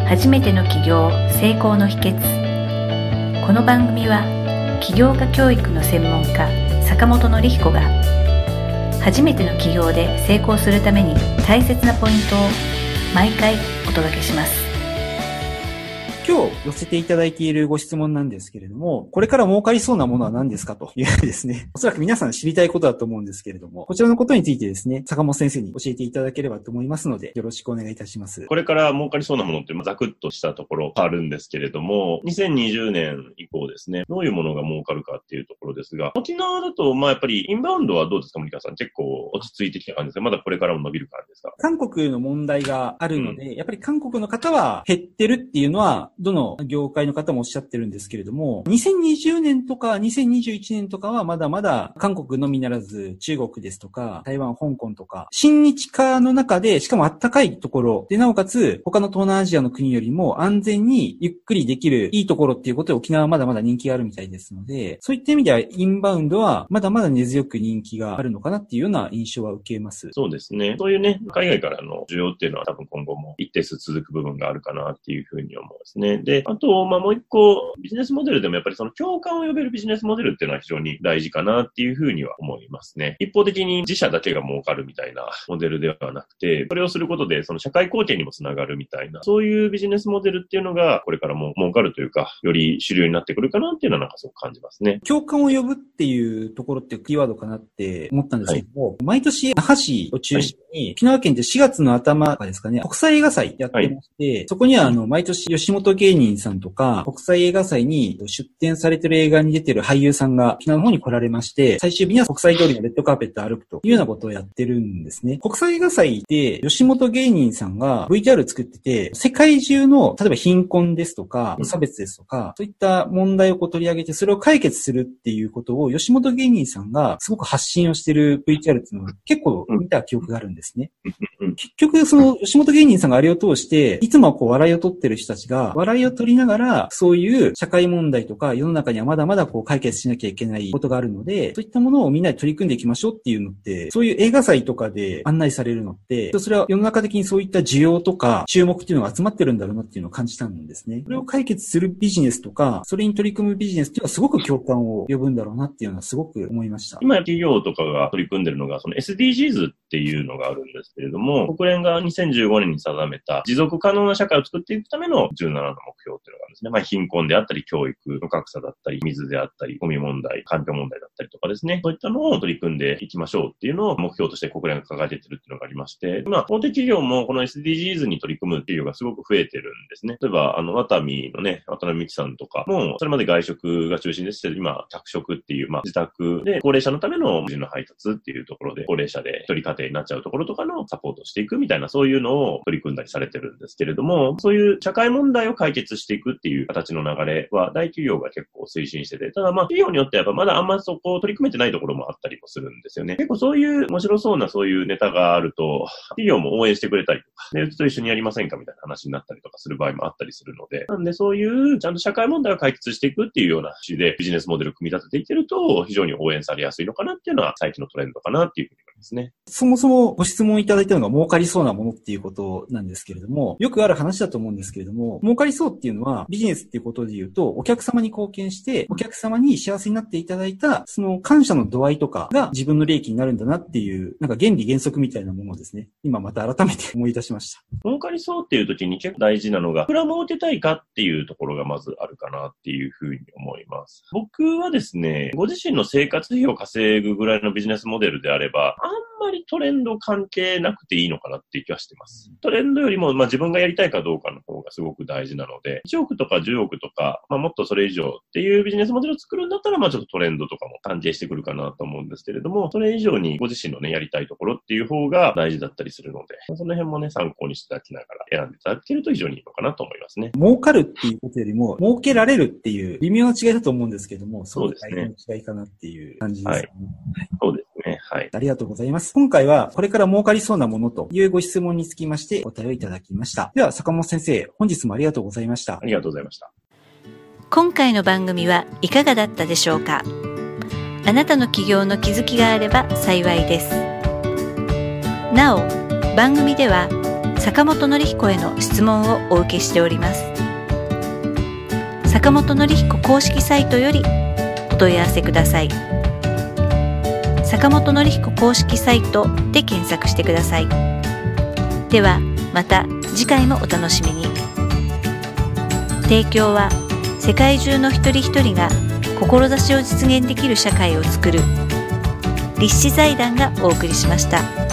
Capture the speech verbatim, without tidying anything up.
初めての起業成功の秘訣。この番組は起業家教育の専門家坂本典彦が初めての起業で成功するために大切なポイントを毎回お届けします。 今日寄せていただいているご質問なんですけれども、これから儲かりそうなものは何ですかというですね、おそらく皆さん知りたいことだと思うんですけれども、こちらのことについてですね、坂本先生に教えていただければと思いますので、よろしくお願いいたします。 これから儲かりそうなものってざくっとしたところあるんですけれども、にせんにじゅうねん以降ですね、どういうものが儲かるかっていうところですが、沖縄だとまあやっぱりインバウンドはどうですか、森川さん。結構落ち着いてきた感じですか？まだこれからも伸びる感じですか？ 韓国の問題があるので、うん、やっぱり韓国の方は減ってるっていうのは、どの業界の方もおっしゃってるんですけれども、にせんにじゅうねんとかにせんにじゅういちねんとかはまだまだ韓国のみならず中国ですとか台湾、香港とか親日家の中で、しかも暖かいところで、なおかつ他の東南アジアの国よりも安全にゆっくりできるいいところっていうことで沖縄はまだまだ人気があるみたいですので、そういった意味ではインバウンドはまだまだ根強く人気があるのかなっていうような印象は受けます。 そうですね。そういうね、海外からの需要っていうのは多分今後も一定数続く部分があるかなっていうふうに思うんですね。で、あと、まあもう一個、ビジネスモデルでもやっぱりその共感を呼べるビジネスモデルっていうのは非常に大事かなっていうふうには思いますね。一方的に自社だけが儲かるみたいなモデルではなくて、それをすることでその社会貢献にもつながるみたいな、そういうビジネスモデルっていうのがこれからも儲かるというか、より主流になってくるかなっていうのはなんかすごく感じますね。 共感を呼ぶっていうところってキーワードかなって思ったんですけども、はい、毎年那覇市を中心に、はい、沖縄県でしがつの頭ですかね、国際映画祭やってまして、はい、そこにはあの毎年吉本芸人さんとか国際映画祭に出展されてる映画に出てる俳優さんが沖縄の方に来られまして、最終日には国際通りのレッドカーペットを歩くというようなことをやってるんですね。国際映画祭で吉本芸人さんが ブイティーアール 作ってて、世界中の例えば貧困ですとか差別ですとか、そういった問題をこう取り上げてそれを解決するっていうことを吉本芸人さんがすごく発信をしてる ブイティーアール っていうのを結構見た記憶があるんですね。結局その吉本芸人さんがあれを通して、いつもこう笑いを取ってる人たちが笑いを取りながら、そういう社会問題とか世の中にはまだまだこう解決しなきゃいけないことがあるので、そういったものをみんなで取り組んでいきましょうっていうのって、そういう映画祭とかで案内されるのって、それは世の中的にそういった需要とか注目っていうのが集まってるんだろうなっていうのを感じたんですね。それを解決するビジネスとか、それに取り組むビジネスっていうのはすごく共感を呼ぶんだろうなっていうのはすごく思いました。 今企業とかが取り組んでるのが、その エスディージーズ っていうのがあるんですけれども、国連がにせんじゅうごねんに定めた持続可能な社会を作っていくためのじゅうななの目標っていうのがあるんですね。まあ貧困であったり、教育の格差だったり、水であったり、ゴミ問題、環境問題だったりとかですね。そういったのを取り組んでいきましょうっていうのを目標として国連が掲げているっていうのがありまして、今、大手企業もこの エスディージーズ に取り組む企業がすごく増えてるんですね。例えば、あの、ワタミのね、渡辺美樹さんとかも、それまで外食が中心ですけど、今、宅食っていう、まあ、自宅で高齢者のための無人の配達っていうところで、高齢者で一人家庭になっちゃうところとかのサポートしていくみたいな、そういうのを取り組んだりされてるんですけれども、そういう社会問題を解決していくっていう形の流れは大企業が結構推進してて、ただまあ企業によってはやっぱまだあんまそこを取り組めてないところもあったりもするんですよね。結構そういう面白そうなそういうネタがあると、企業も応援してくれたりとか、で、うちと一緒にやりませんかみたいな話になったりとかする場合もあったりするので、なんでそういうちゃんと社会問題を解決していくっていうような趣でビジネスモデルを組み立てていけると非常に応援されやすいのかなっていうのは最近のトレンドかなっていうふうに思いますね。 そもそもご質問いただいたのが儲かりそうなものっていうことなんですけれども、よくある話だと思うんですけれども、儲かりそうっていうのはビジネスっていうことで言うと、お客様に貢献して、お客様に幸せになっていただいた、その感謝の度合いとかが自分の利益になるんだなっていう、なんか原理原則みたいなものをですね、今また改めて思い出しました。 儲かりそうっていう時に結構大事なのが、いくら儲けたいかっていうところがまずあるかなっていうふうに思います。僕はですね、ご自身の生活費を稼ぐぐらいのビジネスモデルであれば、あんまりトレンド関係なくていいのかなっていう気はしてます。トレンドよりも、まあ自分がやりたいかどうかの方がすごく大事なので、いちおくとかじゅうおくとか、まあもっとそれ以上っていうビジネスモデルを作るんだったら、まあちょっとトレンドとかも関係してくるかなと思うんですけれども、それ以上にご自身のね、やりたいところっていう方が大事だったりするので、その辺もね、参考にしていただきながら選んでいただけると非常にいいのかなと思いますね。 儲かるっていうことよりも、儲けられるっていう微妙な違いだと思うんですけれども、 そうですね。 違いかなっていう感じですね。 はい。そうですね。はい。 ありがとうございます。今回はこれから儲かりそうなものというご質問につきましてお答えをいただきました。では坂本先生、本日もありがとうございました。 ありがとうございました。 今回の番組はいかがだったでしょうか。あなたの起業の気づきがあれば幸いです。なお、番組では坂本典彦への質問をお受けしております。坂本典彦公式サイトよりお問い合わせください。坂本典彦公式サイトで検索してください。ではまた次回もお楽しみに。提供は世界中の一人一人が志を実現できる社会をつくる立志財団がお送りしました。